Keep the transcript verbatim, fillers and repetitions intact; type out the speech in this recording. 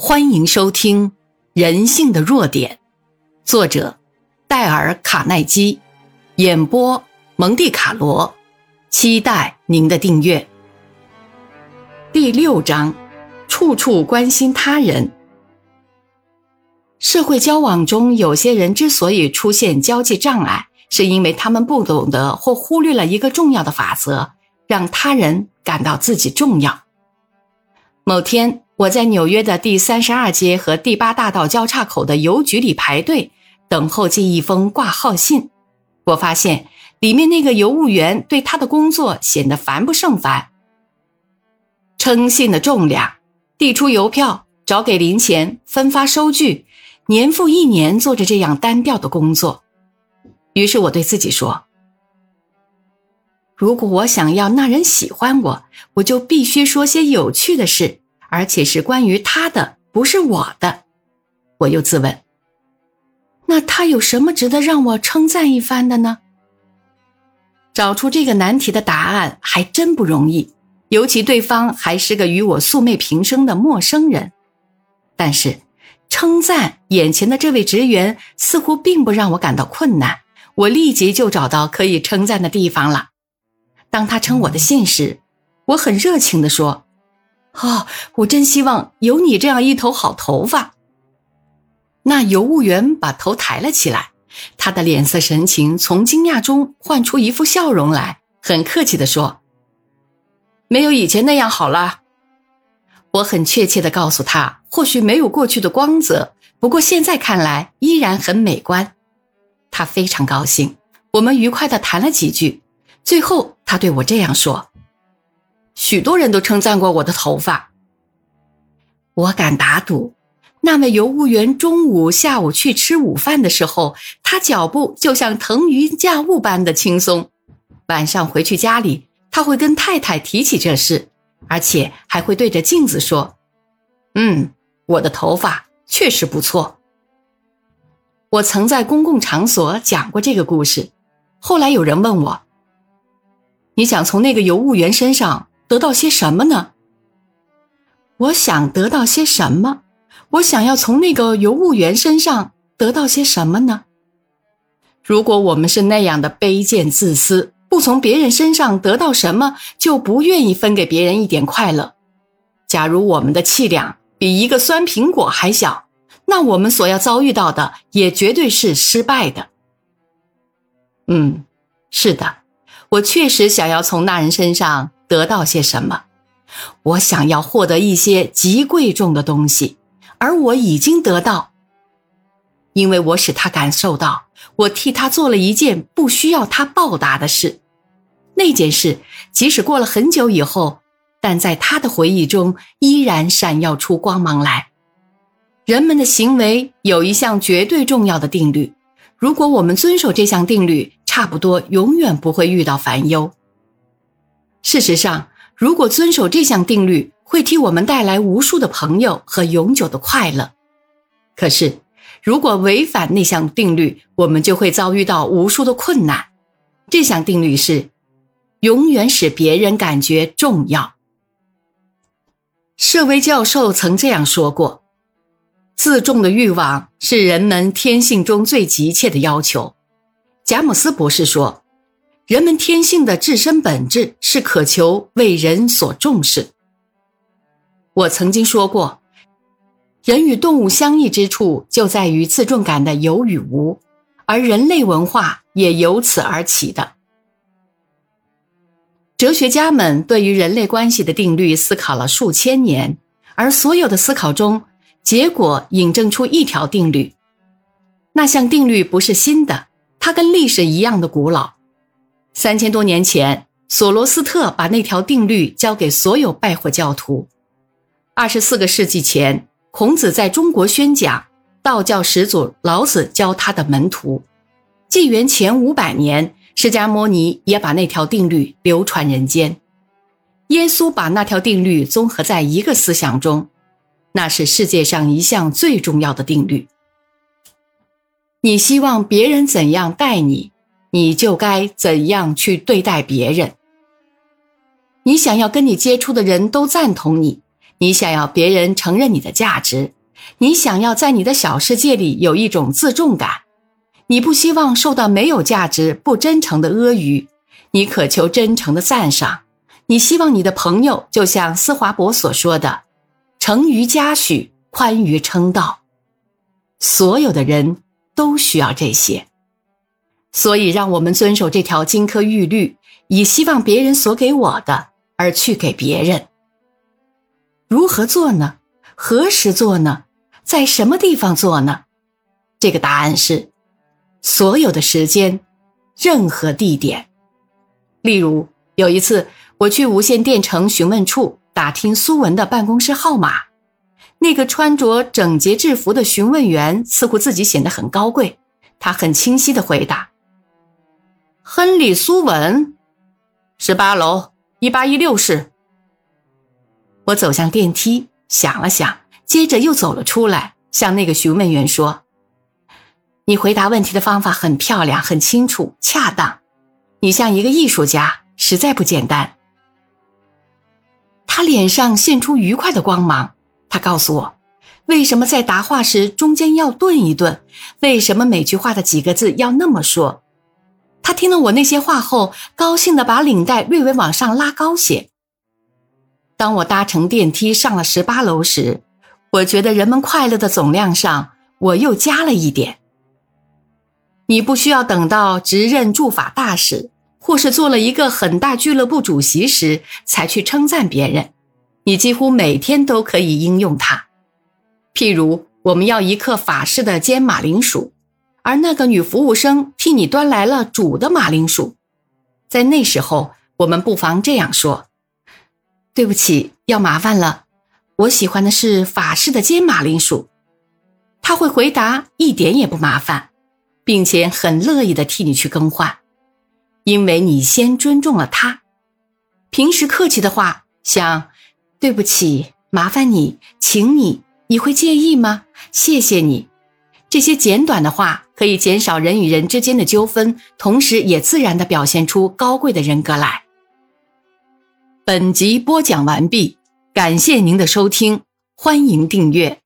欢迎收听《人性的弱点》，作者戴尔·卡耐基，演播蒙蒂卡罗，期待您的订阅。第六章，处处关心他人。社会交往中，有些人之所以出现交际障碍，是因为他们不懂得或忽略了一个重要的法则，让他人感到自己重要。某天，我在纽约的第三十二街和第八大道交叉口的邮局里排队，等候寄一封挂号信。我发现里面那个邮务员对他的工作显得烦不胜烦。称信的重量，递出邮票，找给零钱，分发收据，年复一年做着这样单调的工作。于是我对自己说，如果我想要那人喜欢我，我就必须说些有趣的事，而且是关于他的，不是我的。我又自问，那他有什么值得让我称赞一番的呢？找出这个难题的答案还真不容易，尤其对方还是个与我素昧平生的陌生人。但是称赞眼前的这位职员似乎并不让我感到困难，我立即就找到可以称赞的地方了。当他称我的信时，我很热情地说，哦，我真希望有你这样一头好头发。那邮务员把头抬了起来，他的脸色神情从惊讶中换出一副笑容来，很客气地说，没有以前那样好了。我很确切地告诉他，或许没有过去的光泽，不过现在看来依然很美观。他非常高兴，我们愉快地谈了几句，最后他对我这样说，许多人都称赞过我的头发。我敢打赌，那位邮务员中午下午去吃午饭的时候，他脚步就像腾云驾雾般的轻松。晚上回去家里，他会跟太太提起这事，而且还会对着镜子说，嗯，我的头发确实不错。我曾在公共场所讲过这个故事，后来有人问我，你想从那个邮务员身上得到些什么呢？我想得到些什么？我想要从那个邮务员身上得到些什么呢？如果我们是那样的卑贱自私，不从别人身上得到什么，就不愿意分给别人一点快乐。假如我们的气量比一个酸苹果还小，那我们所要遭遇到的也绝对是失败的。嗯，是的，我确实想要从那人身上得到些什么。我想要获得一些极贵重的东西，而我已经得到，因为我使他感受到，我替他做了一件不需要他报答的事。那件事即使过了很久以后，但在他的回忆中依然闪耀出光芒来。人们的行为有一项绝对重要的定律，如果我们遵守这项定律，差不多永远不会遇到烦忧。事实上，如果遵守这项定律，会替我们带来无数的朋友和永久的快乐。可是，如果违反那项定律，我们就会遭遇到无数的困难。这项定律是，永远使别人感觉重要。舍维教授曾这样说过，自重的欲望是人们天性中最急切的要求。贾姆斯博士说，人们天性的自身本质是渴求为人所重视。我曾经说过，人与动物相异之处就在于自重感的有与无，而人类文化也由此而起的。哲学家们对于人类关系的定律思考了数千年，而所有的思考中，结果引证出一条定律。那项定律不是新的，它跟历史一样的古老。三千多年前，索罗斯特把那条定律交给所有拜火教徒。二十四个世纪前，孔子在中国宣讲，道教始祖老子教他的门徒。纪元前五百年，释迦牟尼也把那条定律流传人间。耶稣把那条定律综合在一个思想中，那是世界上一项最重要的定律。你希望别人怎样待你，你就该怎样去对待别人。你想要跟你接触的人都赞同你， 你想要别人承认你的价值，你想要在你的小世界里有一种自重感，你不希望受到没有价值、不真诚的阿谀，你渴求真诚的赞赏，你希望你的朋友就像斯华伯所说的，诚于嘉许，宽于称道。所有的人都需要这些，所以让我们遵守这条金科玉律，以希望别人所给我的而去给别人。如何做呢？何时做呢？在什么地方做呢？这个答案是所有的时间，任何地点。例如，有一次我去无线电城询问处打听苏文的办公室号码，那个穿着整洁制服的询问员似乎自己显得很高贵，他很清晰地回答：亨利·苏文，十八楼一八一六室。我走向电梯，想了想，接着又走了出来，向那个询问员说：你回答问题的方法很漂亮，很清楚，恰当，你像一个艺术家，实在不简单。他脸上现出愉快的光芒，他告诉我，为什么在答话时中间要顿一顿，为什么每句话的几个字要那么说。他听了我那些话后，高兴地把领带略微往上拉高些。当我搭乘电梯上了十八楼时，我觉得人们快乐的总量上，我又加了一点。你不需要等到执任驻法大使，或是做了一个很大俱乐部主席时才去称赞别人，你几乎每天都可以应用它。譬如，我们要一克法式的煎马铃薯，而那个女服务生替你端来了煮的马铃薯。在那时候，我们不妨这样说：对不起，要麻烦了，我喜欢的是法式的煎马铃薯。他会回答一点也不麻烦，并且很乐意地替你去更换，因为你先尊重了他。平时客气的话，像对不起，麻烦你，请你，你会介意吗？谢谢你。这些简短的话可以减少人与人之间的纠纷，同时也自然地表现出高贵的人格来。本集播讲完毕，感谢您的收听，欢迎订阅。